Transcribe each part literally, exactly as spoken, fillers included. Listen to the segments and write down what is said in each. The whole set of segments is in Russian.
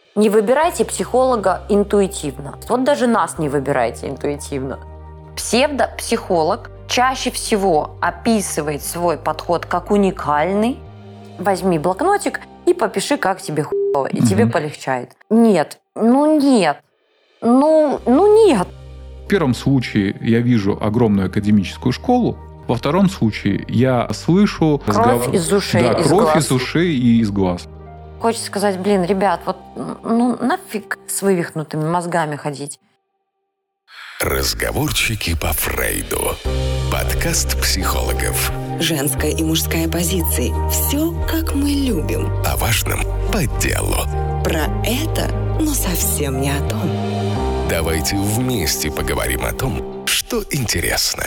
Не выбирайте психолога интуитивно. Вот даже нас не выбирайте интуитивно. Псевдопсихолог чаще всего описывает свой подход как уникальный. Возьми блокнотик и попиши, как тебе хуёво, и угу. тебе полегчает. Нет, ну нет, ну, ну нет. В первом случае я вижу огромную академическую школу, во втором случае я слышу... Кровь разговор... из ушей, да, из кровь глаз. из ушей и из глаз. Хочется сказать, блин, ребят, вот ну нафиг с вывихнутыми мозгами ходить. Разговорчики по Фрейду. Подкаст психологов. Женская и мужская позиции. Все, как мы любим. О важном по делу. Про это, но совсем не о том. Давайте вместе поговорим о том, что интересно.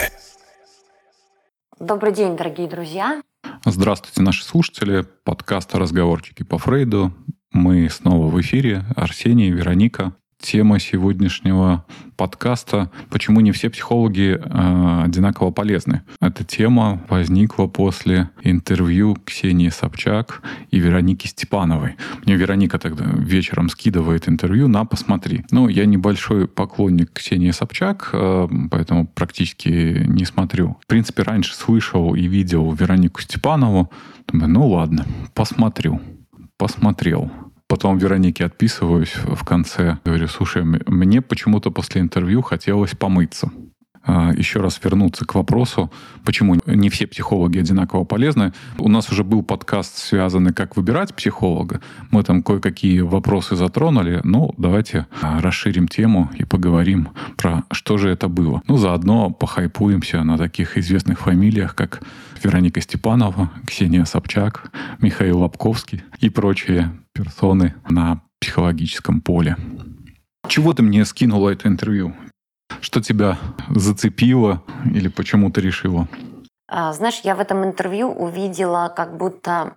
Добрый день, дорогие друзья. Здравствуйте, наши слушатели. Подкаст «Разговорчики по Фрейду». Мы снова в эфире. Арсений, Вероника. Тема сегодняшнего подкаста «Почему не все психологи э, одинаково полезны?». Эта тема возникла после интервью Ксении Собчак и Вероники Степановой. Мне Вероника тогда вечером скидывает интервью на «Посмотри». Ну, я небольшой поклонник Ксении Собчак, э, поэтому практически не смотрю. В принципе, раньше слышал и видел Веронику Степанову. Думаю, ну ладно, посмотрю. Посмотрел. Потом Веронике отписываюсь в конце. Говорю, слушай, мне почему-то после интервью хотелось помыться. Еще раз вернуться к вопросу, почему не все психологи одинаково полезны. У нас уже был подкаст, связанный «Как выбирать психолога». Мы там кое-какие вопросы затронули. Ну, давайте расширим тему и поговорим про что же это было. Ну, заодно похайпуемся на таких известных фамилиях, как Вероника Степанова, Ксения Собчак, Михаил Лобковский и прочие персоны на психологическом поле. Чего ты мне скинула это интервью? Что тебя зацепило или почему ты решила? А, знаешь, я в этом интервью увидела, как будто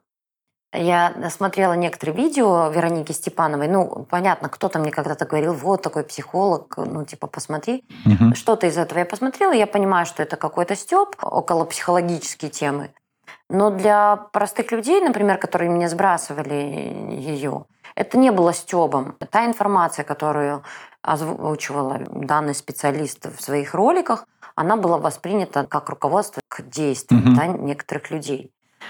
я смотрела некоторые видео Вероники Степановой. Ну, понятно, кто-то мне когда-то говорил, вот такой психолог, ну, типа, посмотри. Угу. Что-то из этого я посмотрела, я понимаю, что это какой-то стёб, около психологические темы. Но для простых людей, например, которые мне сбрасывали ее, это не было стёбом. Та информация, которую озвучивала данный специалист в своих роликах, она была воспринята как руководство к действию mm-hmm. да, некоторых людей.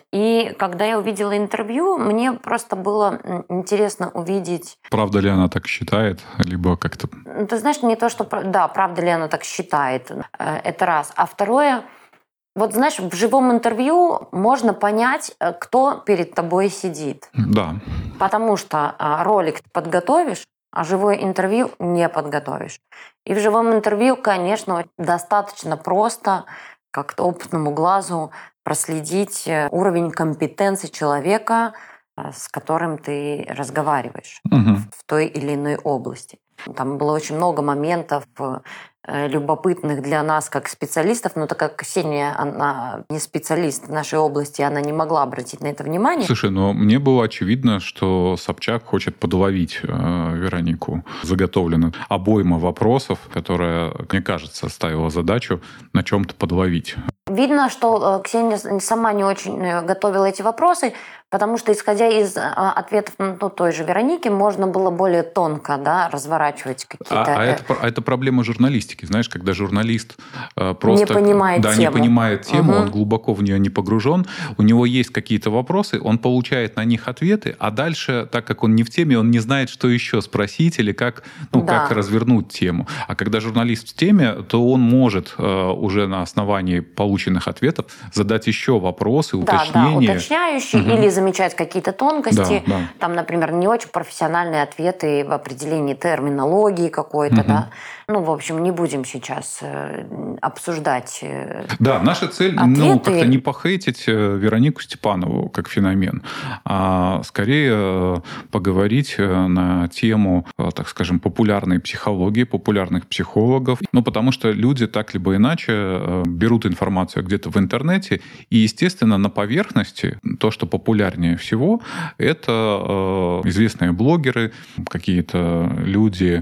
И когда я увидела интервью, мне просто было интересно увидеть... Правда ли она так считает? Либо как-то... Ты знаешь, не то, что... Да, правда ли она так считает. Это раз. А второе... Вот, знаешь, в живом интервью можно понять, кто перед тобой сидит. Да. Потому что ролик ты подготовишь, а живое интервью не подготовишь. И в живом интервью, конечно, достаточно просто как-то опытному глазу проследить уровень компетенции человека, с которым ты разговариваешь угу. в той или иной области. Там было очень много моментов любопытных для нас как специалистов, но так как Ксения, она не специалист в нашей области, она не могла обратить на это внимание. Слушай, но мне было очевидно, что Собчак хочет подловить э, Веронику. Заготовлена обойма вопросов, которая, мне кажется, ставила задачу на чем-то подловить. Видно, что Ксения сама не очень готовила эти вопросы, потому что, исходя из ответов ну, той же Вероники, можно было более тонко да, разворачивать какие-то... А, а, это, а это проблема журналистики. Знаешь, когда журналист э, просто... Не понимает да, тему. не понимает тему, угу. он глубоко в нее не погружен, у него есть какие-то вопросы, он получает на них ответы, а дальше, так как он не в теме, он не знает, что еще спросить или как, ну, да. как развернуть тему. А когда журналист в теме, то он может э, уже на основании полученных ответов задать еще вопросы, уточнения. Да, да, уточняющие угу. или замечать какие-то тонкости. Да, да. Там, например, не очень профессиональные ответы в определении терминологии какой-то. Угу. Да? Ну, в общем, не будем сейчас обсуждать Да, наша цель, ответы. ну, как-то не похейтить Веронику Степанову как феномен, а скорее поговорить на тему, так скажем, популярной психологии, популярных психологов. Ну, потому что люди так либо иначе берут информацию где-то в интернете, и, естественно, на поверхности то, что популярнее всего, это известные блогеры, какие-то люди,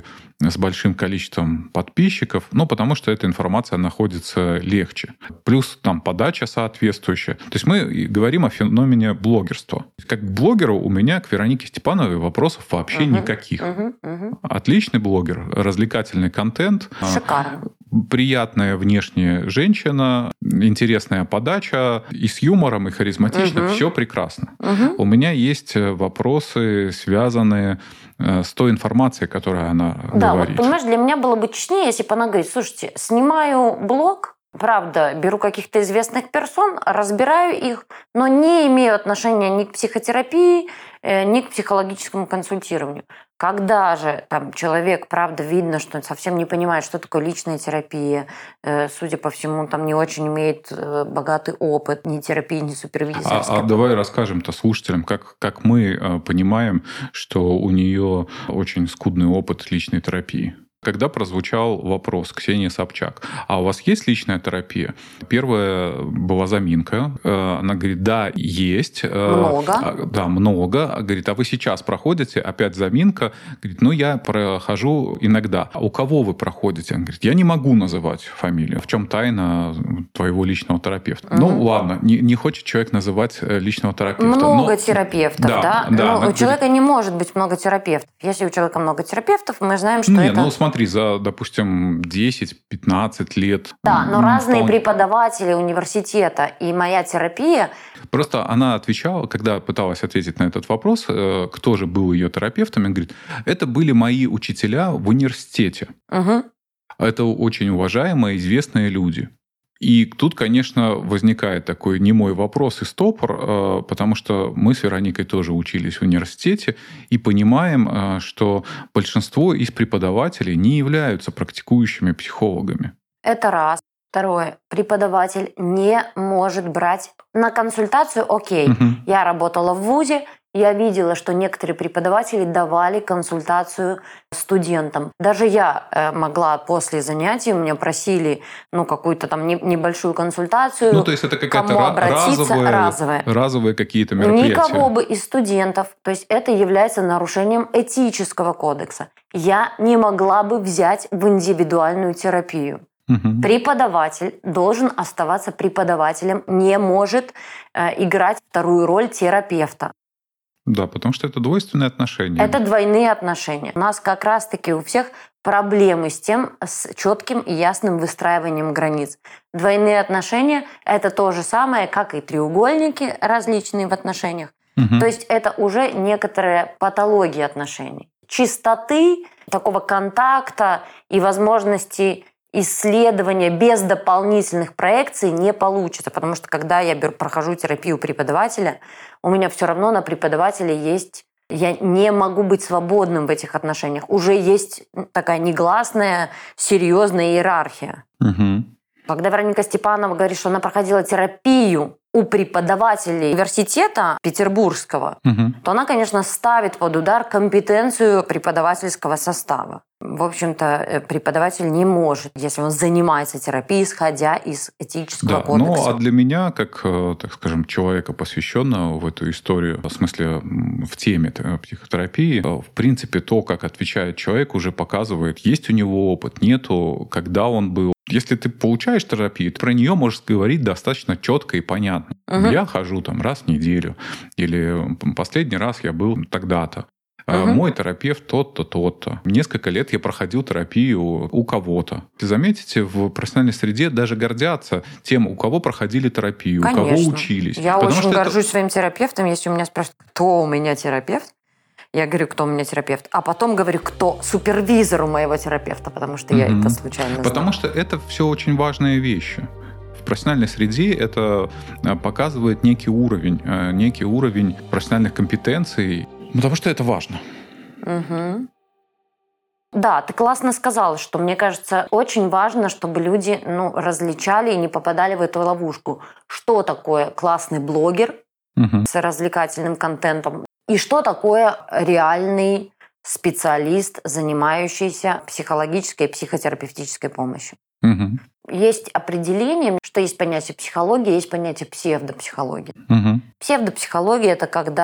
с большим количеством подписчиков, ну, потому что эта информация находится легче. Плюс там подача соответствующая. То есть мы говорим о феномене блогерства. Как к блогеру у меня к Веронике Степановой вопросов вообще uh-huh. никаких. Uh-huh. Uh-huh. Отличный блогер, развлекательный контент. Шикарно. Приятная внешняя женщина, интересная подача, и с юмором, и харизматично. Uh-huh. Все прекрасно. Uh-huh. У меня есть вопросы, связанные с той информацией, которую она да, говорит. Вот, понимаешь, для меня было бы честнее, если бы она говорит: слушайте, снимаю блог, правда, беру каких-то известных персон, разбираю их, но не имею отношения ни к психотерапии, ни к психологическому консультированию. Когда же там человек, правда, видно, что он совсем не понимает, что такое личная терапия, судя по всему, там не очень имеет богатый опыт ни терапии, ни супервизорской. А, а давай расскажем-то слушателям, как, как мы понимаем, что у нее очень скудный опыт личной терапии. Когда прозвучал вопрос Ксении Собчак: а у вас есть личная терапия? Первая была заминка. Она говорит: да, есть. Много. Да, много. Говорит: а вы сейчас проходите? Опять заминка. Говорит: ну, я прохожу иногда. А у кого вы проходите? Она говорит: я не могу называть фамилию. В чем тайна твоего личного терапевта? Угу. Ну, ладно, не, не хочет человек называть личного терапевта. Много но... терапевтов, да? да? да да но у человека говорит... не может быть много терапевтов. Если у человека много терапевтов, мы знаем, что не, это... Ну, смотри, за, допустим, десять-пятнадцать лет. Да, но ну, разные вполне... преподаватели университета и моя терапия... Просто она отвечала, когда пыталась ответить на этот вопрос, кто же был ее терапевтом, она говорит: это были мои учителя в университете. Угу. Это очень уважаемые, известные люди. И тут, конечно, возникает такой немой вопрос и стопор, потому что мы с Вероникой тоже учились в университете и понимаем, что большинство из преподавателей не являются практикующими психологами. Это раз. Второе. Преподаватель не может брать на консультацию. Окей, угу. Я работала в вузе, я видела, что некоторые преподаватели давали консультацию студентам. Даже я могла после занятий, у меня просили ну, какую-то там небольшую консультацию. Ну, то есть это какая-то разовая, разовая. разовые какие-то мероприятия. Никого бы из студентов. То есть это является нарушением этического кодекса. Я не могла бы взять в индивидуальную терапию. Угу. Преподаватель должен оставаться преподавателем, не может э, играть вторую роль терапевта. Да, потому что это двойственные отношения. Это двойные отношения. У нас как раз-таки у всех проблемы с тем, с четким и ясным выстраиванием границ. Двойные отношения – это то же самое, как и треугольники различные в отношениях. Угу. То есть это уже некоторая патология отношений. Чистоты, такого контакта и возможности исследования без дополнительных проекций не получится, потому что когда я беру, прохожу терапию преподавателя, у меня все равно на преподавателя есть... Я не могу быть свободным в этих отношениях. Уже есть такая негласная, серьезная иерархия. Угу. Когда Вероника Степанова говорит, что она проходила терапию у преподавателей университета петербургского, угу. то она, конечно, ставит под удар компетенцию преподавательского состава. В общем-то, преподаватель не может, если он занимается терапией, исходя из этического да, кодекса. Ну, а для меня, как, так скажем, человека, посвященного в эту историю, в смысле, в теме психотерапии, в принципе, то, как отвечает человек, уже показывает, есть у него опыт, нету, когда он был. Если ты получаешь терапию, ты про нее можешь говорить достаточно четко и понятно. Угу. Я хожу там раз в неделю, или последний раз я был тогда-то. Угу. Мой терапевт тот-то, тот-то. Несколько лет я проходил терапию у кого-то. Вы заметите, в профессиональной среде даже гордятся тем, у кого проходили терапию, Конечно. У кого учились. Я Потому очень горжусь это... своим терапевтом. Если у меня спрашивают, кто у меня терапевт, я говорю, кто у меня терапевт, а потом говорю, кто супервизор у моего терапевта, потому что угу. я это случайно знаю. Потому что это все очень важные вещи. В профессиональной среде это показывает некий уровень, некий уровень профессиональных компетенций, потому что это важно. Угу. Да, ты классно сказала, что, мне кажется, очень важно, чтобы люди ну, различали и не попадали в эту ловушку. Что такое классный блогер угу. с развлекательным контентом и что такое реальный специалист, занимающийся психологической и психотерапевтической помощью. Угу. Есть определение, что есть понятие психологии, есть понятие псевдопсихологии. Угу. Псевдопсихология – это когда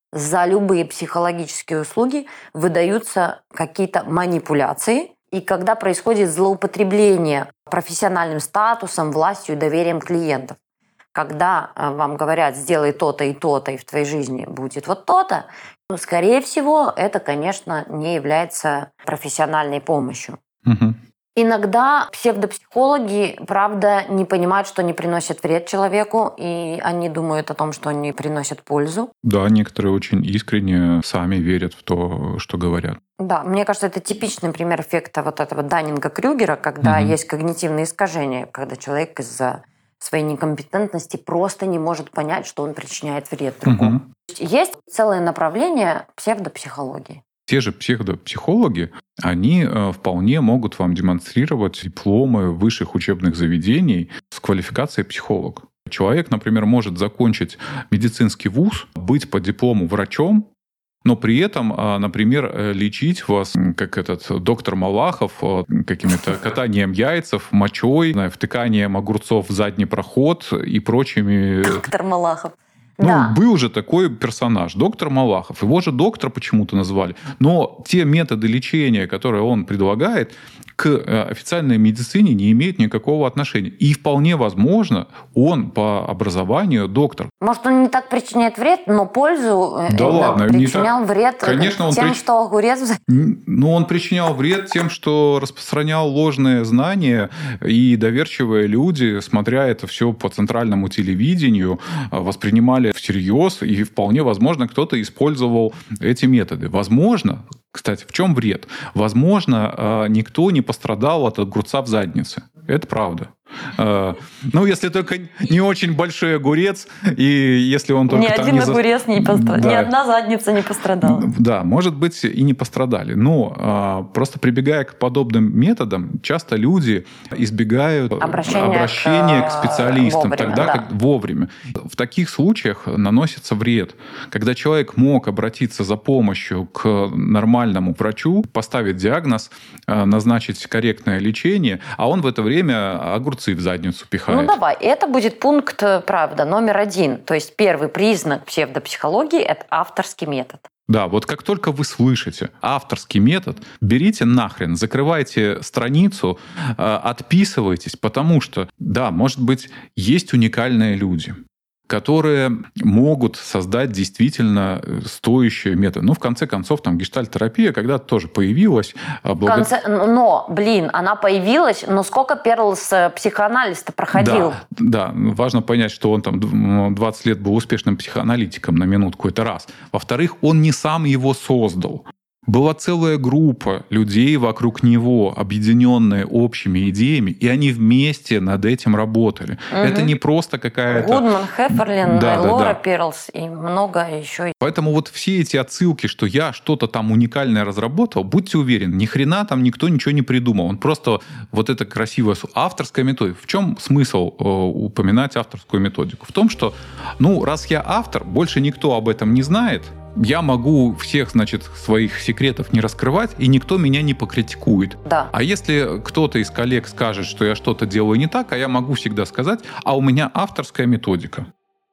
за любые психологические услуги выдаются какие-то манипуляции, и когда происходит злоупотребление профессиональным статусом, властью и доверием клиентов. Когда вам говорят, сделай то-то и то-то, и в твоей жизни будет вот то-то, ну, скорее всего, это, конечно, не является профессиональной помощью. Угу. Иногда псевдопсихологи, правда, не понимают, что они приносят вред человеку, и они думают о том, что они приносят пользу. Да, некоторые очень искренне сами верят в то, что говорят. Да, мне кажется, это типичный пример эффекта вот этого Даннинга-Крюгера, когда угу. есть когнитивные искажения, когда человек из-за своей некомпетентности просто не может понять, что он причиняет вред другому. Угу. Есть целое направление псевдопсихологии. Те же псевдопсихологи, они вполне могут вам демонстрировать дипломы высших учебных заведений с квалификацией психолог. Человек, например, может закончить медицинский вуз, быть по диплому врачом, но при этом, например, лечить вас, как этот доктор Малахов, каким-то катанием яйцев, мочой, втыканием огурцов в задний проход и прочими... Доктор Малахов. Ну, да. Был же такой персонаж, доктор Малахов. Его же доктор почему-то назвали. Но те методы лечения, которые он предлагает, к официальной медицине не имеют никакого отношения. И вполне возможно, он по образованию доктор. Может, он не так причиняет вред, но пользу да ладно, причинял не так. вред Конечно, он тем, прич... что огурец... Ну, он причинял вред тем, что распространял ложные знания, и доверчивые люди, смотря это все по центральному телевидению, воспринимали всерьез, и вполне возможно, кто-то использовал эти методы. Возможно, кстати, в чем вред? Возможно, никто не пострадал от огурца в заднице. Это правда. Ну, если только не очень большой огурец, и если он только... Ни там один не огурец за... не пострадал, да. ни одна задница не пострадала. Да, может быть, и не пострадали. Но просто прибегая к подобным методам, часто люди избегают обращения, обращения к, к специалистам, вовремя, тогда да. как вовремя. В таких случаях наносится вред. Когда человек мог обратиться за помощью к нормальному врачу, поставить диагноз, назначить корректное лечение, а он в это время огурцы в задницу пихает. Ну давай, это будет пункт, правда, номер один. То есть первый признак псевдопсихологии – это авторский метод. Да, вот как только вы слышите авторский метод, берите нахрен, закрывайте страницу, отписывайтесь, потому что, да, может быть, есть уникальные люди, которые могут создать действительно стоящие методы. Ну, в конце концов, там гештальт-терапия когда-то тоже появилась. Благо... конце... Но, блин, она появилась, но сколько Перлс психоанализ-то проходил? Да, да, важно понять, что он там двадцать лет был успешным психоаналитиком, на минутку, это раз. Во-вторых, он не сам его создал. Была целая группа людей вокруг него, объединенные общими идеями, и они вместе над этим работали. Угу. Это не просто какая-то... Гудман, Хефферлин, да, Лора да, да. Перлс и много еще. Поэтому вот все эти отсылки, что я что-то там уникальное разработал, будьте уверены, ни хрена там никто ничего не придумал. Он просто вот это красивое... Авторская методика. В чем смысл э, упоминать авторскую методику? В том, что, ну, раз я автор, больше никто об этом не знает, я могу всех, значит, своих секретов не раскрывать, и никто меня не покритикует. Да. А если кто-то из коллег скажет, что я что-то делаю не так, а я могу всегда сказать, а у меня авторская методика.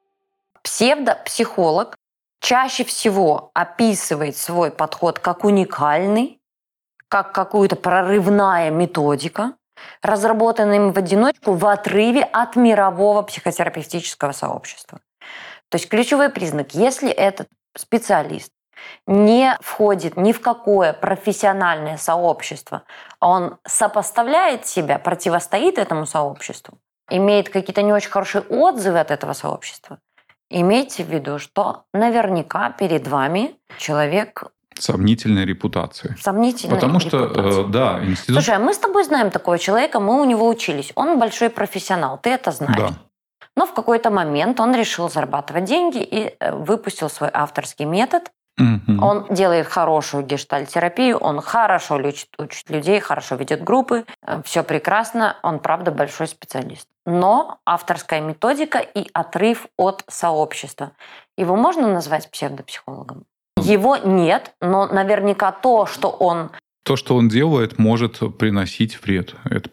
Псевдопсихолог чаще всего описывает свой подход как уникальный, как какую-то прорывная методика, разработанная им в одиночку в отрыве от мирового психотерапевтического сообщества. То есть ключевой признак, если этот специалист не входит ни в какое профессиональное сообщество, он сопоставляет себя, противостоит этому сообществу, имеет какие-то не очень хорошие отзывы от этого сообщества, имейте в виду, что наверняка перед вами человек сомнительной репутации. Сомнительной Потому репутации. что, э, да, институт... Слушай, а мы с тобой знаем такого человека, мы у него учились. Он большой профессионал, ты это знаешь. Да. Но в какой-то момент он решил зарабатывать деньги и выпустил свой авторский метод. Mm-hmm. Он делает хорошую гештальт-терапию, он хорошо учит, учит людей, хорошо ведет группы, все прекрасно, он, правда, большой специалист. Но авторская методика и отрыв от сообщества. Его можно назвать псевдопсихологом? Его нет, но наверняка то, что он... То, что он делает, может приносить вред. Это правда.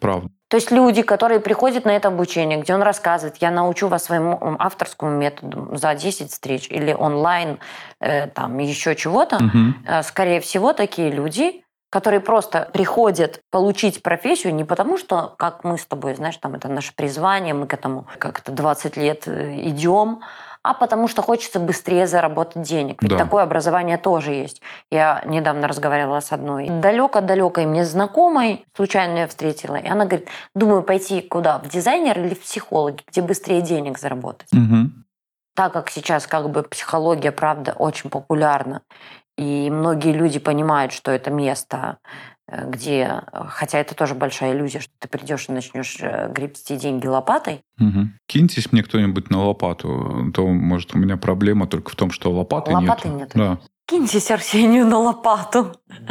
То есть люди, которые приходят на это обучение, где он рассказывает, я научу вас своему авторскому методу за десять встреч или онлайн, э, там еще чего-то, Угу. скорее всего, такие люди, которые просто приходят получить профессию не потому, что, как мы с тобой, знаешь, там это наше призвание, мы к этому как-то двадцать лет идем, а потому что хочется быстрее заработать денег. Ведь Да. такое образование тоже есть. Я недавно разговаривала с одной далеко-далекой мне знакомой, случайно ее встретила, и она говорит, думаю, пойти куда, в дизайнер или в психологи, где быстрее денег заработать. Угу. Так как сейчас как бы психология, правда, очень популярна, и многие люди понимают, что это место, где, хотя это тоже большая иллюзия, что ты придешь и начнешь гребсти деньги лопатой. Угу. Киньтесь мне кто-нибудь на лопату, то, может, у меня проблема только в том, что лопаты, Лопаты нет. нет. Да. Киньтесь Арсению на лопату.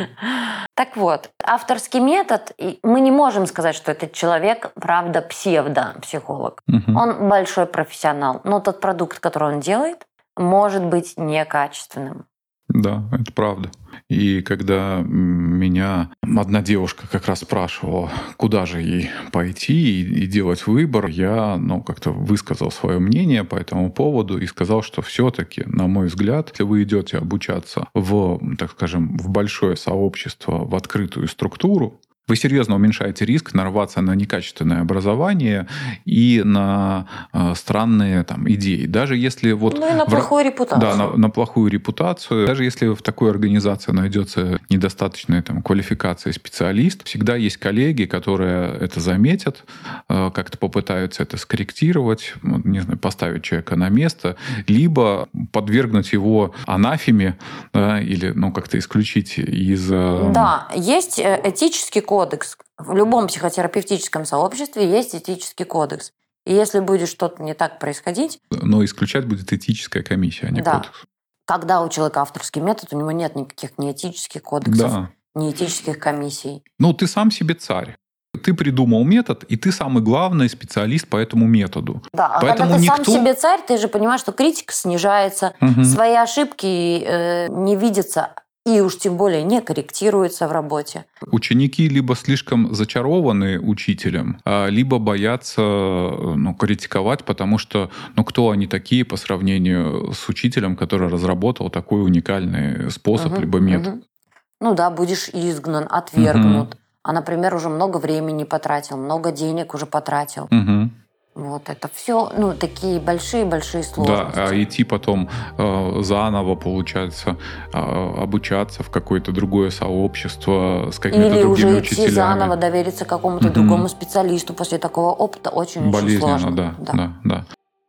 Так вот, авторский метод, и мы не можем сказать, что этот человек, правда, псевдопсихолог. Угу. Он большой профессионал, но тот продукт, который он делает, может быть некачественным. Да, это правда. И когда меня одна девушка как раз спрашивала, куда же ей пойти и, и делать выбор, я ну, как-то высказал свое мнение по этому поводу и сказал, что все-таки, на мой взгляд, если вы идете обучаться в, так скажем, в большое сообщество, в открытую структуру, вы серьезно уменьшаете риск нарваться на некачественное образование и на э, странные там, идеи. Даже если вот... Ну и на в... плохую репутацию. Да, на, на плохую репутацию. Даже если в такой организации найдется недостаточная там, квалификация специалист, всегда есть коллеги, которые это заметят, э, как-то попытаются это скорректировать, не знаю, поставить человека на место, либо подвергнуть его анафеме, да, или ну, как-то исключить из... Э... Да, есть этический кодекс. Кодекс. В любом психотерапевтическом сообществе есть этический кодекс. И если будет что-то не так происходить... Но исключать будет этическая комиссия, а не да. кодекс. Когда у человека авторский метод, у него нет никаких ни этических кодексов, да. ни этических комиссий. Ну, ты сам себе царь. Ты придумал метод, и ты самый главный специалист по этому методу. Да, а Поэтому когда ты никто... сам себе царь, ты же понимаешь, что критика снижается, угу. свои ошибки э, не видятся, и уж тем более не корректируются в работе. Ученики либо слишком зачарованы учителем, либо боятся ну, критиковать, потому что ну, кто они такие по сравнению с учителем, который разработал такой уникальный способ угу, либо метод. Угу. Ну да, будешь изгнан, отвергнут. Угу. А, например, уже много времени потратил, много денег уже потратил. Угу. Вот это все, ну, такие большие-большие сложности. Да, а идти потом э, заново, получается, э, обучаться в какое-то другое сообщество с какими-то Или другими уже учителями. идти заново, довериться какому-то угу. другому специалисту после такого опыта очень-очень болезненно, сложно. Да, да, да, да.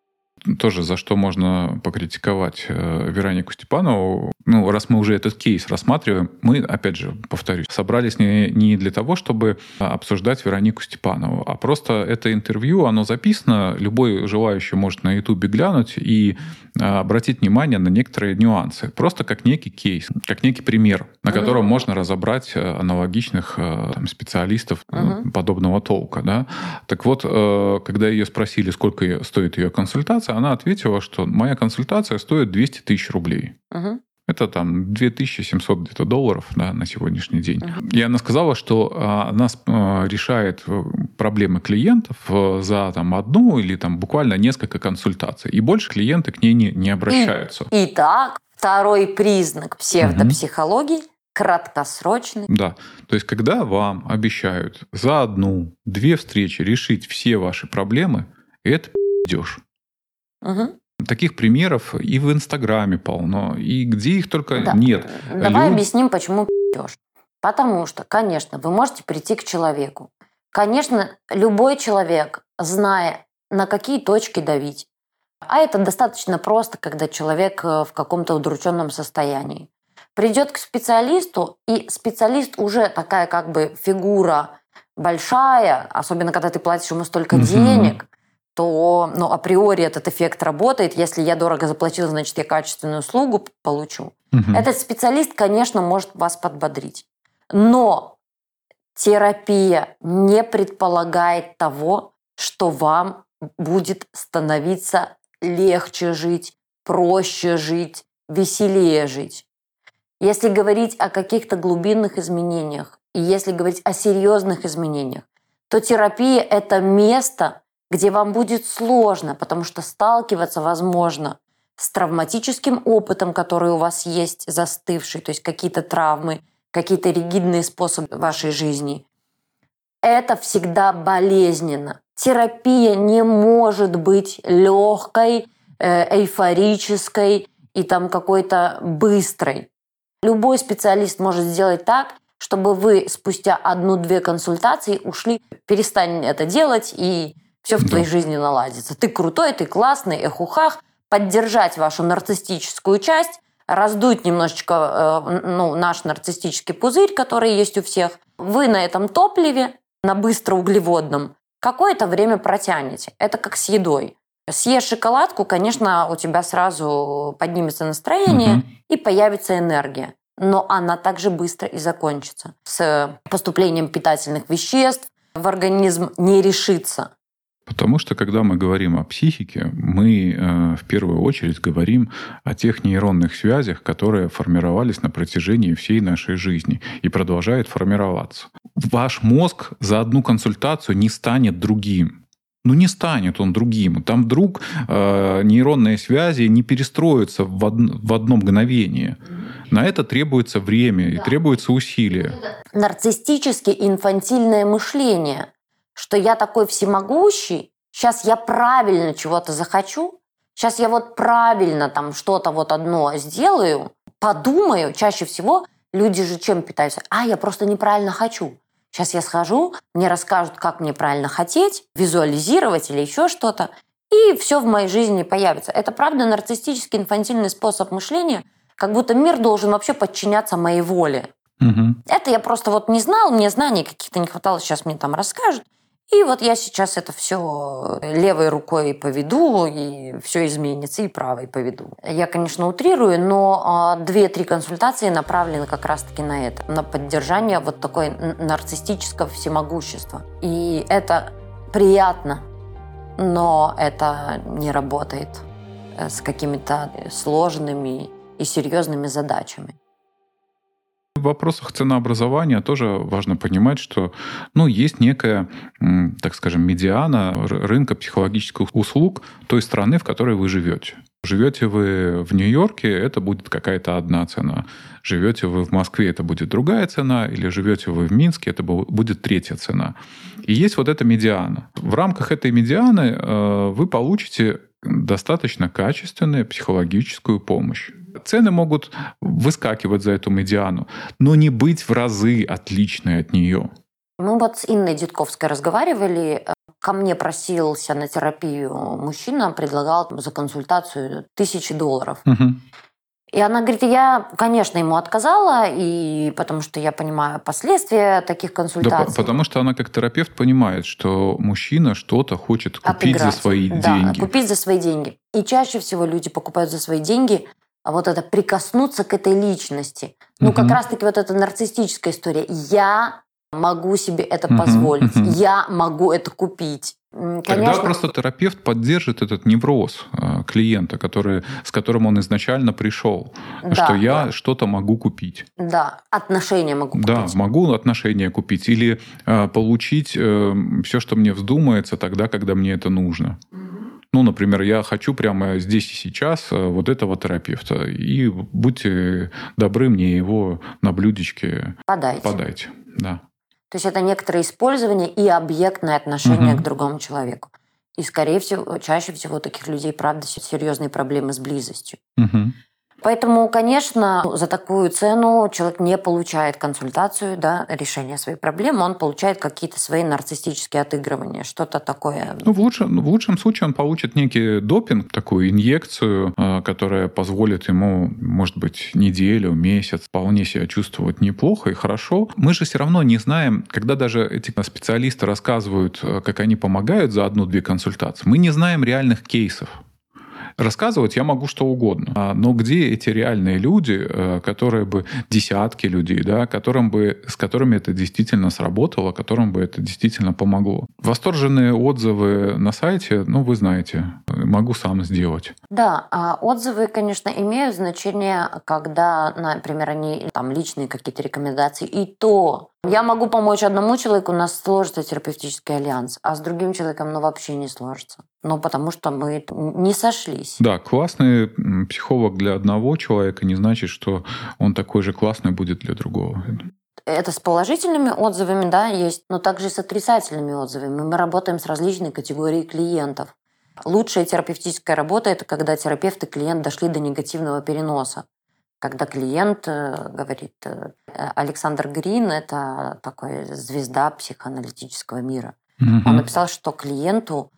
Тоже за что можно покритиковать Веронику Степанову. Ну, раз мы уже этот кейс рассматриваем, мы, опять же, повторюсь, собрались не, не для того, чтобы обсуждать Веронику Степанову, а просто это интервью, оно записано, любой желающий может на Ютубе глянуть и обратить внимание на некоторые нюансы. Просто как некий кейс, как некий пример, на котором mm-hmm. можно разобрать аналогичных там, специалистов mm-hmm. подобного толка. Да? Так вот, когда ее спросили, сколько стоит ее консультация, она ответила, что моя консультация стоит двести тысяч рублей. Uh-huh. Это там две тысячи семьсот где-то долларов да, на сегодняшний день. Uh-huh. И она сказала, что она решает проблемы клиентов за там, одну или там, буквально несколько консультаций. И больше клиенты к ней не, не обращаются. И, итак, второй признак псевдопсихологии uh-huh. – краткосрочный. Да. То есть, когда вам обещают за одну-две встречи решить все ваши проблемы, это пи***еж. Угу. Таких примеров и в Инстаграме полно, и где их только да. нет. Давай Люди... объясним, почему пи***еж. Потому что, конечно, вы можете прийти к человеку. Конечно, любой человек, зная, на какие точки давить, а это достаточно просто, когда человек в каком-то удрученном состоянии, придет к специалисту, и специалист уже такая как бы фигура большая, особенно когда ты платишь ему столько mm-hmm. денег, то ну, априори этот эффект работает. Если я дорого заплатила, значит, я качественную услугу получу. Угу. Этот специалист, конечно, может вас подбодрить. Но терапия не предполагает того, что вам будет становиться легче жить, проще жить, веселее жить. Если говорить о каких-то глубинных изменениях, и если говорить о серьезных изменениях, то терапия – это место, где вам будет сложно, потому что сталкиваться возможно с травматическим опытом, который у вас есть, застывший, то есть какие-то травмы, какие-то ригидные способы вашей жизни. Это всегда болезненно. Терапия не может быть легкой, эйфорической и там какой-то быстрой. Любой специалист может сделать так, чтобы вы спустя одну-две консультации ушли, перестань это делать, и все в да. твоей жизни наладится. Ты крутой, ты классный, эхухах, поддержать вашу нарциссическую часть, раздуть немножечко э, ну, наш нарциссический пузырь, который есть у всех. Вы на этом топливе, на быстроуглеводном, какое-то время протянете. Это как с едой. Съешь шоколадку, конечно, у тебя сразу поднимется настроение угу. и появится энергия. Но она также быстро и закончится. С поступлением питательных веществ в организм не решится. Потому что, когда мы говорим о психике, мы э, в первую очередь говорим о тех нейронных связях, которые формировались на протяжении всей нашей жизни и продолжают формироваться. Ваш мозг за одну консультацию не станет другим. Ну, не станет он другим. Там вдруг э, нейронные связи не перестроятся в, од... в одно мгновение. На это требуется время и да. требуется усилие. Нарциссически инфантильное мышление, что я такой всемогущий, сейчас я правильно чего-то захочу, сейчас я вот правильно там что-то вот одно сделаю, подумаю. Чаще всего люди же чем питаются? А, я просто неправильно хочу. Сейчас я схожу, мне расскажут, как мне правильно хотеть, визуализировать или еще что-то, и все в моей жизни появится. Это правда нарциссический инфантильный способ мышления, как будто мир должен вообще подчиняться моей воле. Угу. Это я просто вот не знал, мне знаний каких-то не хватало, сейчас мне там расскажут. И вот я сейчас это все левой рукой поведу, и все изменится, и правой поведу. Я, конечно, утрирую, но две-три консультации направлены как раз-таки на это, на поддержание вот такой нарциссического всемогущества. И это приятно, но это не работает с какими-то сложными и серьезными задачами. В вопросах ценообразования тоже важно понимать, что ну, есть некая, так скажем, медиана рынка психологических услуг той страны, в которой вы живете. Живете вы в Нью-Йорке, это будет какая-то одна цена. Живете вы в Москве, это будет другая цена. Или живете вы в Минске, это будет третья цена. И есть вот эта медиана. В рамках этой медианы вы получите достаточно качественную психологическую помощь. Цены могут выскакивать за эту медиану, но не быть в разы отличной от нее. Мы вот с Инной Дедковской разговаривали. Ко мне просился на терапию мужчина, предлагал за консультацию тысячи долларов. Угу. И она говорит, я, конечно, ему отказала, и потому что я понимаю последствия таких консультаций. Да, потому что она как терапевт понимает, что мужчина что-то хочет купить Отыграть. за свои да, деньги. купить за свои деньги. И чаще всего люди покупают за свои деньги а вот это прикоснуться к этой личности. Ну, угу. как раз-таки вот эта нарциссическая история. Я могу себе это угу, позволить. Угу. Я могу это купить. Конечно. Тогда просто терапевт поддержит этот невроз клиента, который, с которым он изначально пришел. Да, что я да. что-то могу купить. Да, отношения могу купить. Да, могу отношения купить. Или э, получить э, все, что мне вздумается тогда, когда мне это нужно. Ну, например, я хочу прямо здесь и сейчас вот этого терапевта. И будьте добры, мне его на блюдечке подайте. подайте. Да. То есть это некоторое использование и объектное отношение угу. к другому человеку. И, скорее всего, чаще всего у таких людей, правда, серьезные проблемы с близостью. Угу. Поэтому, конечно, за такую цену человек не получает консультацию, да, решение своей проблемы, он получает какие-то свои нарциссические отыгрывания, что-то такое. Ну, в лучшем, в лучшем случае он получит некий допинг, такую инъекцию, которая позволит ему, может быть, неделю, месяц вполне себя чувствовать неплохо и хорошо. Мы же все равно не знаем, когда даже эти специалисты рассказывают, как они помогают за одну-две консультации, мы не знаем реальных кейсов. Рассказывать я могу что угодно. Но где эти реальные люди, которые бы десятки людей, да, которым бы, с которыми это действительно сработало, которым бы это действительно помогло? Восторженные отзывы на сайте, ну, вы знаете, могу сам сделать. Да, а отзывы, конечно, имеют значение, когда, например, они там личные какие-то рекомендации. И то я могу помочь одному человеку, у нас сложится терапевтический альянс, а с другим человеком, ну, вообще не сложится. Ну, потому что мы не сошлись. Да, классный психолог для одного человека не значит, что он такой же классный будет для другого. Это с положительными отзывами, да, есть, но также и с отрицательными отзывами. Мы работаем с различной категорией клиентов. Лучшая терапевтическая работа – это когда терапевт и клиент дошли до негативного переноса. Когда клиент говорит, Александр Грин – это такой звезда психоаналитического мира. Mm-hmm. Он написал, что клиенту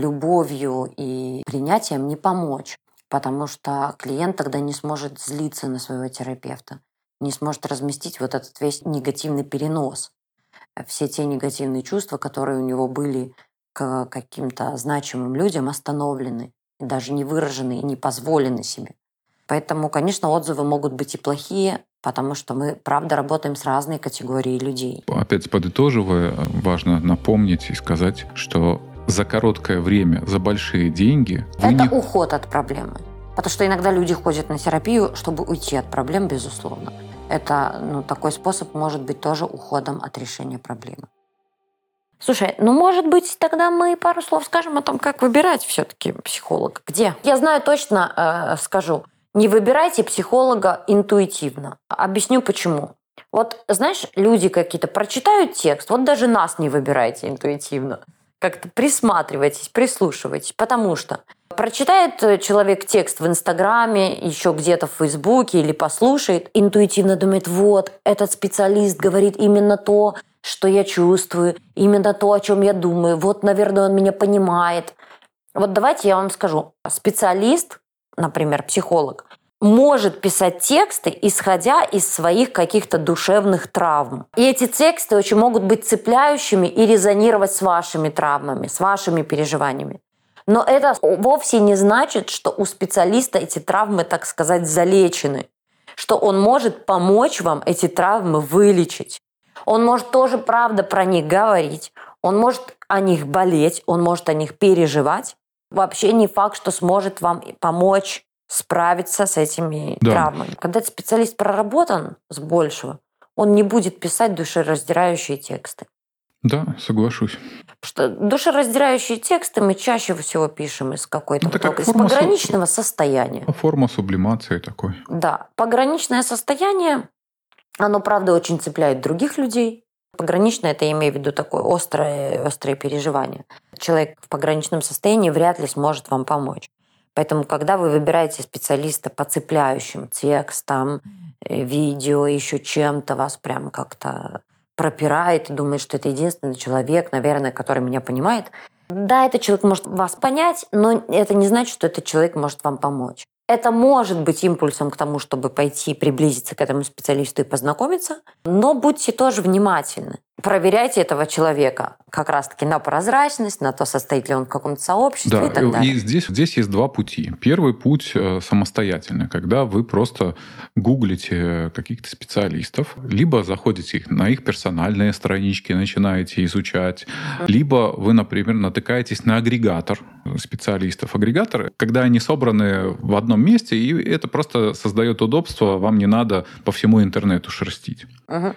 любовью и принятием не помочь, потому что клиент тогда не сможет злиться на своего терапевта, не сможет разместить вот этот весь негативный перенос. Все те негативные чувства, которые у него были к каким-то значимым людям, остановлены, даже не выражены и не позволены себе. Поэтому, конечно, отзывы могут быть и плохие, потому что мы, правда, работаем с разной категорией людей. Опять подытоживая, важно напомнить и сказать, что за короткое время, за большие деньги... Это не... уход от проблемы. Потому что иногда люди ходят на терапию, чтобы уйти от проблем, безусловно. Это, ну, такой способ может быть тоже уходом от решения проблемы. Слушай, ну, может быть, тогда мы пару слов скажем о том, как выбирать все-таки психолога. Где? Я знаю точно, э, скажу, не выбирайте психолога интуитивно. Объясню, почему. Вот, знаешь, люди какие-то прочитают текст, вот даже нас не выбирайте интуитивно. Как-то присматривайтесь, прислушивайтесь, потому что прочитает человек текст в Инстаграме, еще где-то в Фейсбуке или послушает, интуитивно думает, вот, этот специалист говорит именно то, что я чувствую, именно то, о чем я думаю. Вот, наверное, он меня понимает. Вот давайте я вам скажу. Специалист, например, психолог, может писать тексты, исходя из своих каких-то душевных травм. И эти тексты очень могут быть цепляющими и резонировать с вашими травмами, с вашими переживаниями. Но это вовсе не значит, что у специалиста эти травмы, так сказать, залечены, что он может помочь вам эти травмы вылечить. Он может тоже, правда, про них говорить, он может о них болеть, он может о них переживать. Вообще не факт, что сможет вам помочь справиться с этими да. травмами. Когда специалист проработан с большего, он не будет писать душераздирающие тексты. Да, соглашусь. Потому что душераздирающие тексты мы чаще всего пишем из какой-то ну, вот, из пограничного су... состояния. Форма сублимации такой. Да, пограничное состояние, оно, правда, очень цепляет других людей. Пограничное, это я имею в виду такое острое, острое переживание. Человек в пограничном состоянии вряд ли сможет вам помочь. Поэтому, когда вы выбираете специалиста по цепляющим текстам, видео, еще чем-то, вас прям как-то пропирает и думает, что это единственный человек, наверное, который меня понимает. Да, этот человек может вас понять, но это не значит, что этот человек может вам помочь. Это может быть импульсом к тому, чтобы пойти приблизиться к этому специалисту и познакомиться, но будьте тоже внимательны. Проверяйте этого человека как раз-таки на прозрачность, на то, состоит ли он в каком-то сообществе да, и так далее. И здесь, здесь есть два пути. Первый путь самостоятельный, когда вы просто гуглите каких-то специалистов, либо заходите на их персональные странички, начинаете изучать, либо вы, например, натыкаетесь на агрегатор специалистов. Агрегаторы, когда они собраны в одном месте, и это просто создает удобство, вам не надо по всему интернету шерстить. Угу.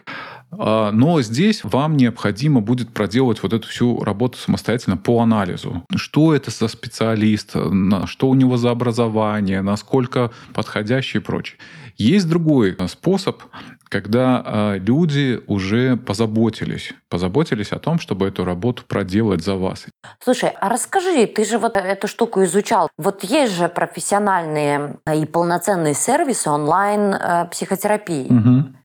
Но здесь вам необходимо будет проделать вот эту всю работу самостоятельно по анализу. Что это за специалист, что у него за образование, насколько подходящий и прочее. Есть другой способ, когда люди уже позаботились, позаботились о том, чтобы эту работу проделать за вас. Слушай, а расскажи, ты же вот эту штуку изучал. Вот есть же профессиональные и полноценные сервисы онлайн-психотерапии. Угу.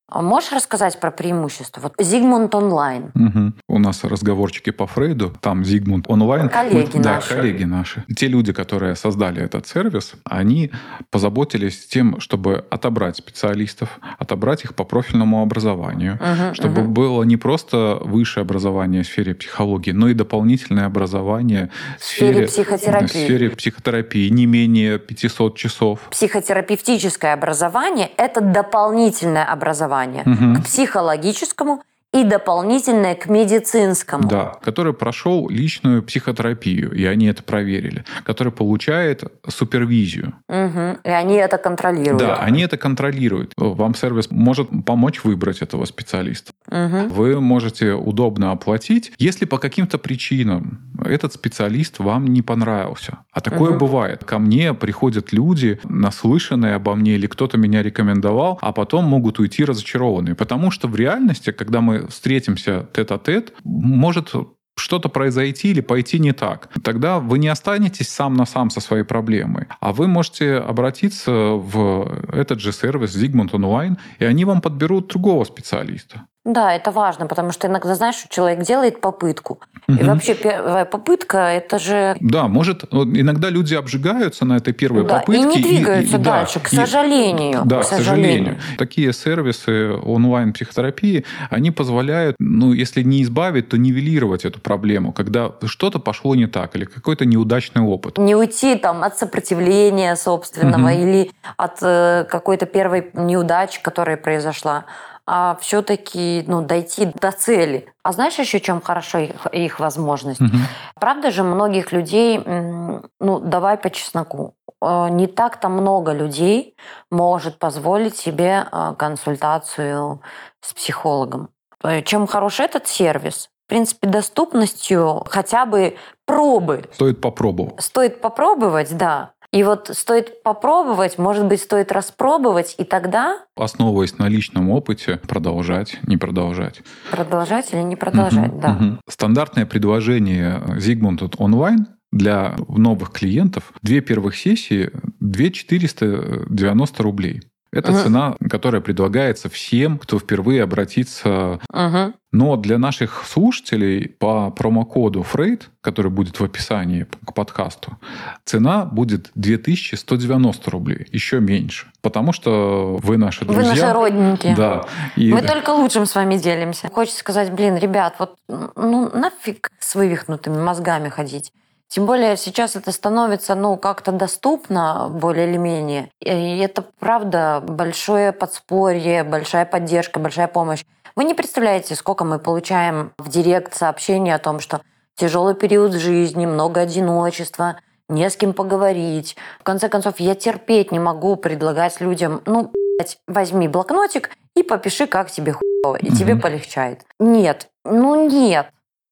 А можешь рассказать про преимущества? Вот Зигмунд онлайн. Угу. У нас разговорчики по Фрейду, там Зигмунд онлайн. Коллеги да, наши. коллеги наши. Те люди, которые создали этот сервис, они позаботились тем, чтобы отобрать специалистов, отобрать их по профильному образованию, угу, чтобы угу. было не просто высшее образование в сфере психологии, но и дополнительное образование в сфере, в сфере психотерапии. В сфере психотерапии не менее пятьсот часов. Психотерапевтическое образование – это дополнительное образование угу. к психологическому и дополнительное к медицинскому. Да, который прошел личную психотерапию, и они это проверили, который получает супервизию. Угу. И они это контролируют. Да, они это контролируют. Вам сервис может помочь выбрать этого специалиста. Угу. Вы можете удобно оплатить, если по каким-то причинам этот специалист вам не понравился. А такое угу. бывает. Ко мне приходят люди, наслышанные обо мне, или кто-то меня рекомендовал, а потом могут уйти разочарованные. Потому что в реальности, когда мы встретимся тет-а-тет, может что-то произойти или пойти не так. Тогда вы не останетесь сам на сам со своей проблемой, а вы можете обратиться в этот же сервис Зигмунд онлайн, и они вам подберут другого специалиста. Да, это важно, потому что иногда, знаешь, человек делает попытку. Угу. И вообще первая попытка, это же... Да, может, иногда люди обжигаются на этой первой да, попытке. И не двигаются и, и, дальше, да, к сожалению. И, да, к сожалению. к сожалению. Такие сервисы онлайн-психотерапии, они позволяют, ну, если не избавить, то нивелировать эту проблему, когда что-то пошло не так или какой-то неудачный опыт. Не уйти там от сопротивления собственного угу. или от э, какой-то первой неудачи, которая произошла, а все-таки ну, дойти до цели. А знаешь еще, чем хорошо их, их возможность? Угу. Правда же, многих людей, ну, давай по чесноку, не так-то много людей может позволить себе консультацию с психологом. Чем хорош этот сервис? В принципе, доступностью хотя бы пробы. Стоит попробовать. Стоит попробовать, да. И вот стоит попробовать, может быть, стоит распробовать, и тогда... Основываясь на личном опыте, продолжать, не продолжать. Продолжать или не продолжать, угу, да. Угу. Стандартное предложение Зигмунд онлайн для новых клиентов. Две первых сессии две тысячи четыреста девяносто рублей. Это угу. цена, которая предлагается всем, кто впервые обратится. Угу. Но для наших слушателей по промокоду Фрейд, который будет в описании к подкасту, цена будет две тысячи сто девяносто рублей, еще меньше. Потому что вы наши друзья. Вы наши родненькие. Да. И... Мы только лучшим с вами делимся. Хочется сказать, блин, ребят, вот ну нафиг с вывихнутыми мозгами ходить. Тем более сейчас это становится ну, как-то доступно более или менее. И это, правда, большое подспорье, большая поддержка, большая помощь. Вы не представляете, сколько мы получаем в директ сообщений о том, что тяжелый период жизни, много одиночества, не с кем поговорить. В конце концов, я терпеть не могу предлагать людям, ну, блядь, возьми блокнотик и попиши, как тебе хуёво, и mm-hmm. тебе полегчает. Нет, ну нет,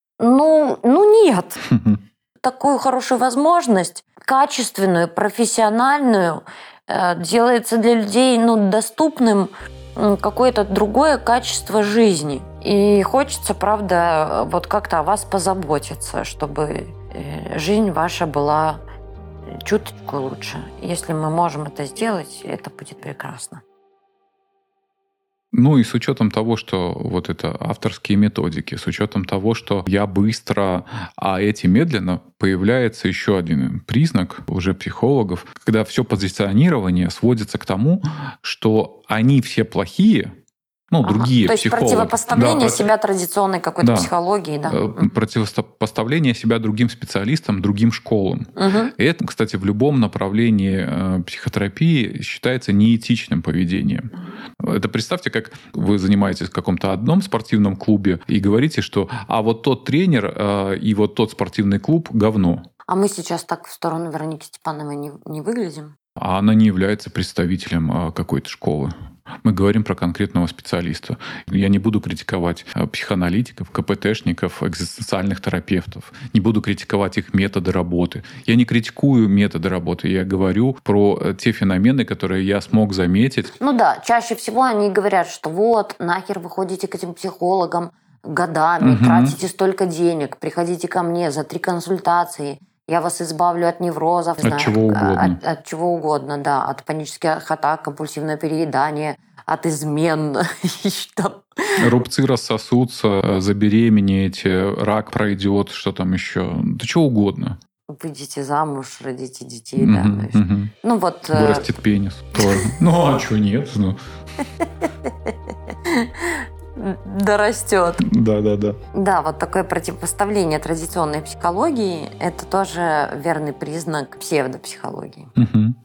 ну, ну нет. Такую хорошую возможность, качественную, профессиональную, делается для людей ну, доступным какое-то другое качество жизни. И хочется, правда, вот как-то о вас позаботиться, чтобы жизнь ваша была чуточку лучше. Если мы можем это сделать, это будет прекрасно. Ну и с учетом того, что вот это авторские методики, с учетом того, что я быстро, а эти медленно, появляется еще один признак уже психологов, когда все позиционирование сводится к тому, что они все плохие, ну, ага. другие То есть психологи. Противопоставление да, себя традиционной какой-то да. психологии. Да. Противопоставление себя другим специалистам, другим школам. Угу. И это, кстати, в любом направлении психотерапии считается неэтичным поведением. Это представьте, как вы занимаетесь в каком-то одном спортивном клубе и говорите, что а вот тот тренер и вот тот спортивный клуб – говно. А мы сейчас так в сторону Вероники Степановой не, не выглядим? А она не является представителем какой-то школы. Мы говорим про конкретного специалиста. Я не буду критиковать психоаналитиков, КПТшников, экзистенциальных терапевтов. Не буду критиковать их методы работы. Я не критикую методы работы. Я говорю про те феномены, которые я смог заметить. Ну да, чаще всего они говорят, что вот, нахер вы ходите к этим психологам годами, угу. тратите столько денег, приходите ко мне за три консультации. Я вас избавлю от неврозов. От знаю, чего угодно. От, от чего угодно, да. От панических атак, компульсивное переедание, от измен. Рубцы рассосутся, забеременеете, рак пройдет, что там еще. Да что угодно. Выйдите замуж, родите детей, да. Мгм, мгм. Ну вот... Вырастет пенис. тоже. Ну, а что нет? Ну, Дорастет. да-да-да. Да, вот такое противопоставление традиционной психологии – это тоже верный признак псевдопсихологии. Мгм.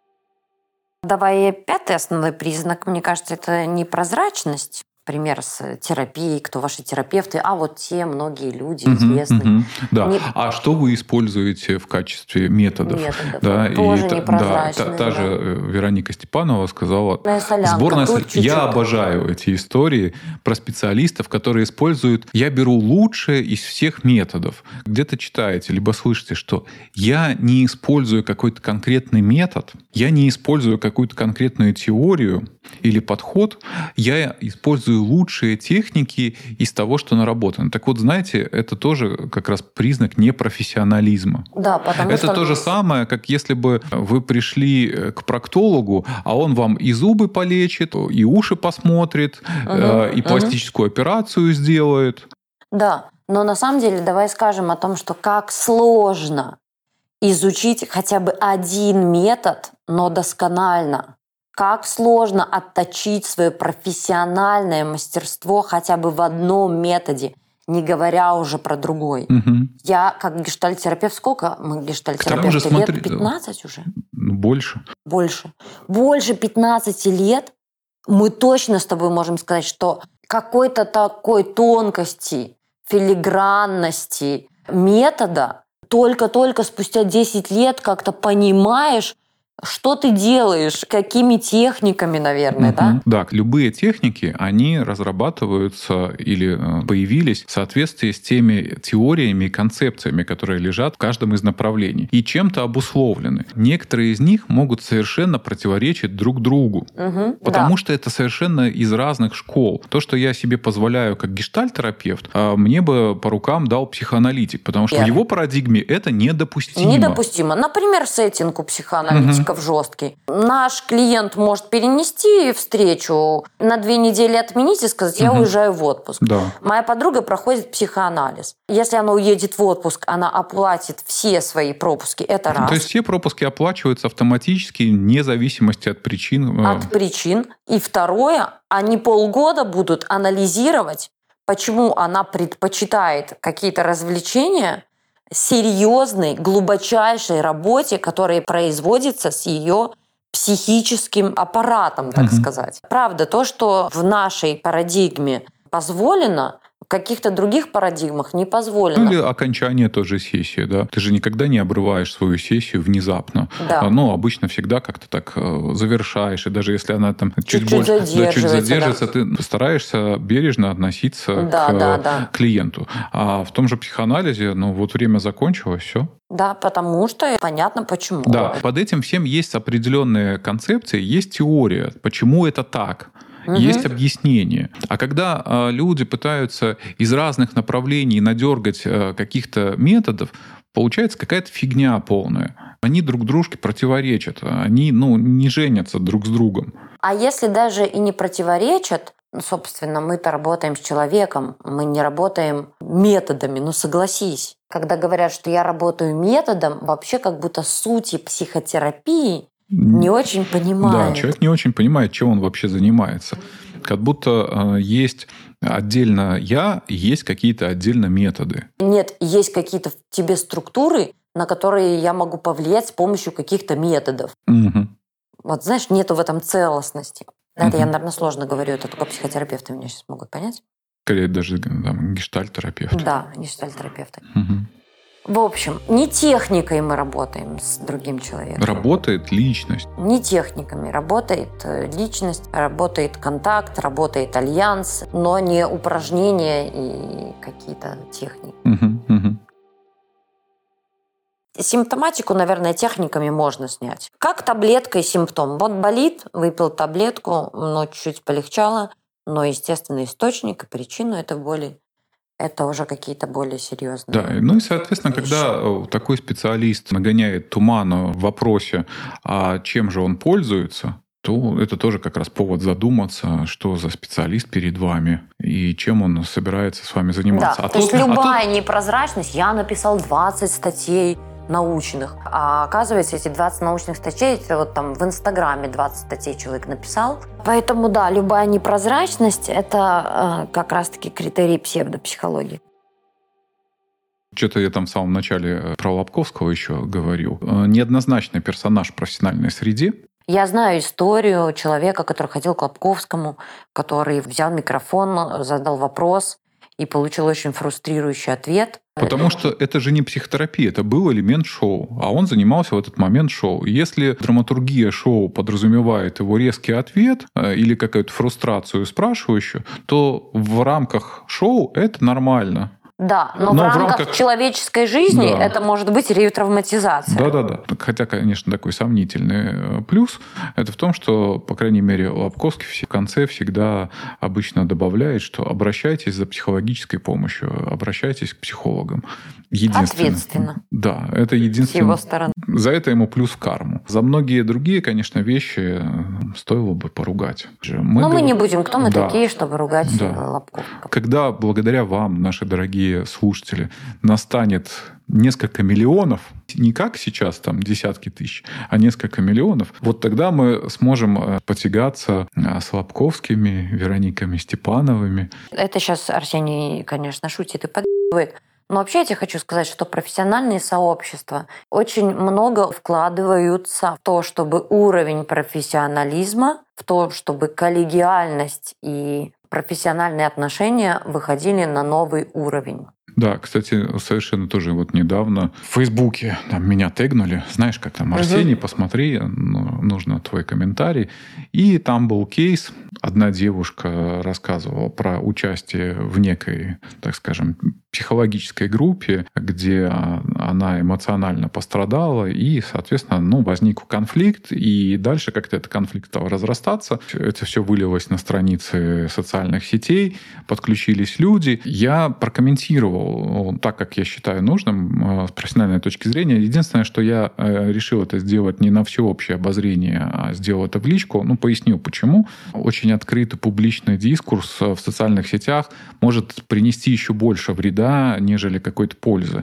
Давай пятый основной признак, мне кажется, это непрозрачность. Пример с терапией, кто ваши терапевты, а вот те многие люди Мгм, известные. мгм. Да. Не- А что вы используете в качестве методов? Методов. Да, Тоже та- да, непрозрачные, та, та да. же э, Вероника Степанова сказала, Сборная солянка, сборная тут соль- чуть-чуть. Я обожаю эти истории про специалистов, которые используют, я беру лучшее из всех методов. Где-то читаете, либо слышите, что я не использую какой-то конкретный метод, я не использую какую-то конкретную теорию или подход, я использую лучшие техники из того, что наработано. Так вот, знаете, это тоже как раз признак непрофессионализма. Да, потому Это что... то же самое, как если бы вы пришли к проктологу, а он вам и зубы полечит, и уши посмотрит, э, и мгм. пластическую операцию сделает. Да, но на самом деле давай скажем о том, что как сложно изучить хотя бы один метод, но досконально. Как сложно отточить свое профессиональное мастерство хотя бы в одном методе, не говоря уже про другой. Мгм. Я как гештальт-терапевт, сколько мы К тому гештальт-терапевты? же смотри- Лет пятнадцать уже? Ну, больше. Больше. Больше пятнадцати лет мы точно с тобой можем сказать, что какой-то такой тонкости, филигранности метода только-только спустя десять лет как-то понимаешь, что ты делаешь, какими техниками, наверное, да? Мгм. Да, любые техники, они разрабатываются или э, появились в соответствии с теми теориями и концепциями, которые лежат в каждом из направлений и чем-то обусловлены. Некоторые из них могут совершенно противоречить друг другу, Мгм, потому да. что это совершенно из разных школ. То, что я себе позволяю как гештальт-терапевт, а, мне бы по рукам дал психоаналитик, потому что в Верно. его парадигме это недопустимо. Недопустимо. Например, сеттинг у психоаналитиков жесткий. Наш клиент может перенести встречу, на две недели отменить и сказать, я Мгм. уезжаю в отпуск. Да. Моя подруга проходит психоанализ. Если она уедет в отпуск, она оплатит все свои пропуски. Это раз. То есть все пропуски оплачиваются автоматически, вне зависимости от причин. э, От причин. И второе, они полгода будут анализировать, почему она предпочитает какие-то развлечения серьезной, глубочайшей работе, которая производится с ее психическим аппаратом, так Мгм. сказать. Правда, то, что в нашей парадигме позволено, в каких-то других парадигмах не позволено. Ну или окончание той же сессии, да. Ты же никогда не обрываешь свою сессию внезапно. Да. А, Ну, обычно всегда как-то так э, завершаешь, и даже если она там чуть, Чуть-чуть больше, да, чуть задерживается, задержится, ты стараешься бережно относиться Да, к да, э, да. клиенту. А в том же психоанализе, ну вот время закончилось, все. Да, потому что понятно почему. Да, под этим всем есть определенные концепции, есть теория, почему это так. Мгм. Есть объяснение. А когда э, люди пытаются из разных направлений надергать э, каких-то методов, получается какая-то фигня полная. Они друг дружке противоречат. Они ну, не женятся друг с другом. А если даже и не противоречат, ну, собственно, мы-то работаем с человеком, мы не работаем методами, ну согласись. Когда говорят, что я работаю методом, вообще как будто сути психотерапии не очень Да, понимают. человек не очень понимает, чем он вообще занимается. Как будто э, есть отдельно я, и есть какие-то отдельно методы. Нет, есть какие-то в тебе структуры, на которые я могу повлиять с помощью каких-то методов. Мгм. Вот знаешь, нету в этом целостности. Это я, Мгм. наверное, сложно говорю, это только психотерапевты меня сейчас могут понять. Скорее даже там, гештальт-терапевт. Да, гештальт-терапевты. Мгм. В общем, не техникой мы работаем с другим человеком. Работает личность. Не техниками. Работает э, личность, работает контакт, работает альянс, но не упражнения и какие-то техники. Мгм, мгм. Симптоматику, наверное, техниками можно снять. Как таблеткой симптом. Вот болит, выпил таблетку, но чуть-чуть полегчало, но естественный источник и причину этой боли – это уже какие-то более серьезные. Да, ну и, соответственно, вещи. когда э, такой специалист нагоняет тумана в вопросе, а чем же он пользуется, то это тоже как раз повод задуматься, что за специалист перед вами и чем он собирается с вами заниматься. Да, а то тут, есть любая а тут... непрозрачность, я написал двадцать статей научных, а оказывается, эти двадцать научных статей, это вот там в Инстаграме двадцать статей человек написал. Поэтому, да, любая непрозрачность – это э, как раз-таки критерий псевдопсихологии. Что-то я там в самом начале про Лобковского еще говорил. Неоднозначный персонаж в профессиональной среде. Я знаю историю человека, который ходил к Лобковскому, который взял микрофон, задал вопрос и получил очень фрустрирующий ответ. Потому что это же не психотерапия, это был элемент шоу, а он занимался в этот момент шоу. Если драматургия шоу подразумевает его резкий ответ или какую-то фрустрацию спрашивающую, то в рамках шоу это нормально. Да, но, но в, рамках в рамках человеческой жизни да. это может быть ревтравматизация. Да-да-да. Хотя, конечно, такой сомнительный плюс. Это в том, что, по крайней мере, Лобковский в конце всегда обычно добавляет, что обращайтесь за психологической помощью, обращайтесь к психологам. Ответственно. Да, это единственное. С его стороны. За это ему плюс в карму. За многие другие, конечно, вещи стоило бы поругать. Мы Но говорим... мы не будем. Кто мы да. такие, чтобы ругать да. Лобковского? Когда благодаря вам, наши дорогие слушатели, настанет несколько миллионов, не как сейчас там десятки тысяч, а несколько миллионов, вот тогда мы сможем потягаться с Лобковскими, Верониками Степановыми. Это сейчас Арсений, конечно, шутит и подъебывает. Но вообще я тебе хочу сказать, что профессиональные сообщества очень много вкладываются в то, чтобы уровень профессионализма, в то, чтобы коллегиальность и профессиональные отношения выходили на новый уровень. Да, кстати, совершенно тоже вот недавно в Фейсбуке там меня тегнули, знаешь, как там, Арсений, угу. посмотри, нужно твой комментарий. И там был кейс, одна девушка рассказывала про участие в некой, так скажем, психологической группе, где она эмоционально пострадала, и, соответственно, ну, возник конфликт, и дальше как-то этот конфликт стал разрастаться. Это все вылилось на страницы социальных сетей, подключились люди. Я прокомментировал так, как я считаю нужным с профессиональной точки зрения. Единственное, что я решил это сделать не на всеобщее обозрение, а сделал это в личку. Ну, поясню, почему. Очень открытый публичный дискурс в социальных сетях может принести еще больше вреда, нежели какой-то пользы.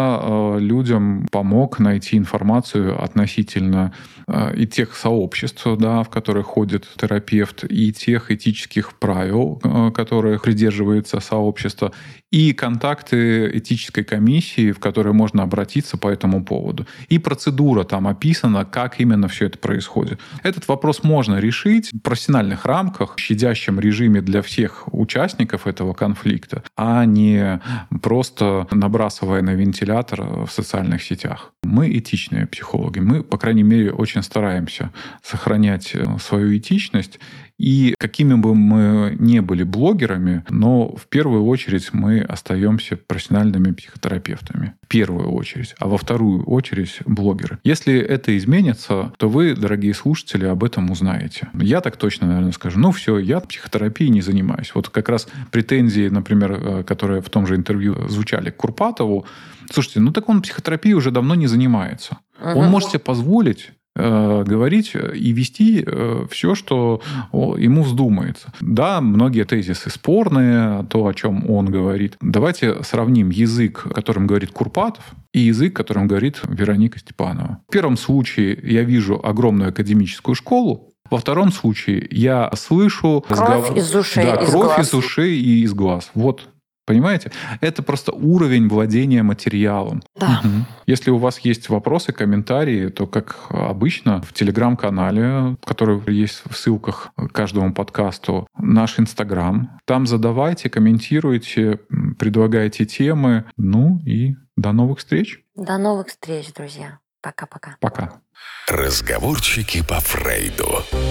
Я людям помог найти информацию относительно и тех сообществ, да, в которых ходит терапевт, и тех этических правил, которых придерживается сообщество, и контакты этической комиссии, в которой можно обратиться по этому поводу. И процедура там описана, как именно все это происходит. Этот вопрос можно решить в профессиональных рамках, в щадящем режиме для всех участников этого конфликта, а не просто набрасывая на вентилятор в социальных сетях. Мы этичные психологи. Мы, по крайней мере, очень стараемся сохранять свою этичность. И какими бы мы ни были блогерами, но в первую очередь мы остаемся профессиональными психотерапевтами. В первую очередь. А во вторую очередь блогеры. Если это изменится, то вы, дорогие слушатели, об этом узнаете. Я так точно, наверное, скажу. Ну все, я психотерапией не занимаюсь. Вот как раз претензии, например, которые в том же интервью звучали к Курпатову. Слушайте, ну так он психотерапией уже давно не занимается. Угу. Он может себе позволить говорить и вести все, что ему вздумается. Да, многие тезисы спорные, то, о чем он говорит. Давайте сравним язык, которым говорит Курпатов, и язык, которым говорит Вероника Степанова. В первом случае я вижу огромную академическую школу, во втором случае я слышу... Кровь разговор... из ушей, да, из кровь глаз. из ушей и из глаз. Вот. Понимаете? Это просто уровень владения материалом. Да. Угу. Если у вас есть вопросы, комментарии, то, как обычно, в Телеграм-канале, который есть в ссылках к каждому подкасту, наш Инстаграм. Там задавайте, комментируйте, предлагайте темы. Ну и до новых встреч. До новых встреч, друзья. Пока-пока. Пока. Разговорчики по Фрейду.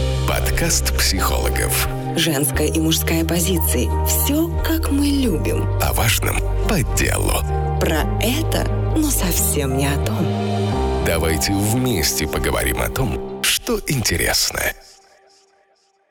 Подкаст психологов. Женская и мужская позиции. Все, как мы любим. О важном по делу. Про это, но совсем не о том. Давайте вместе поговорим о том, что интересно.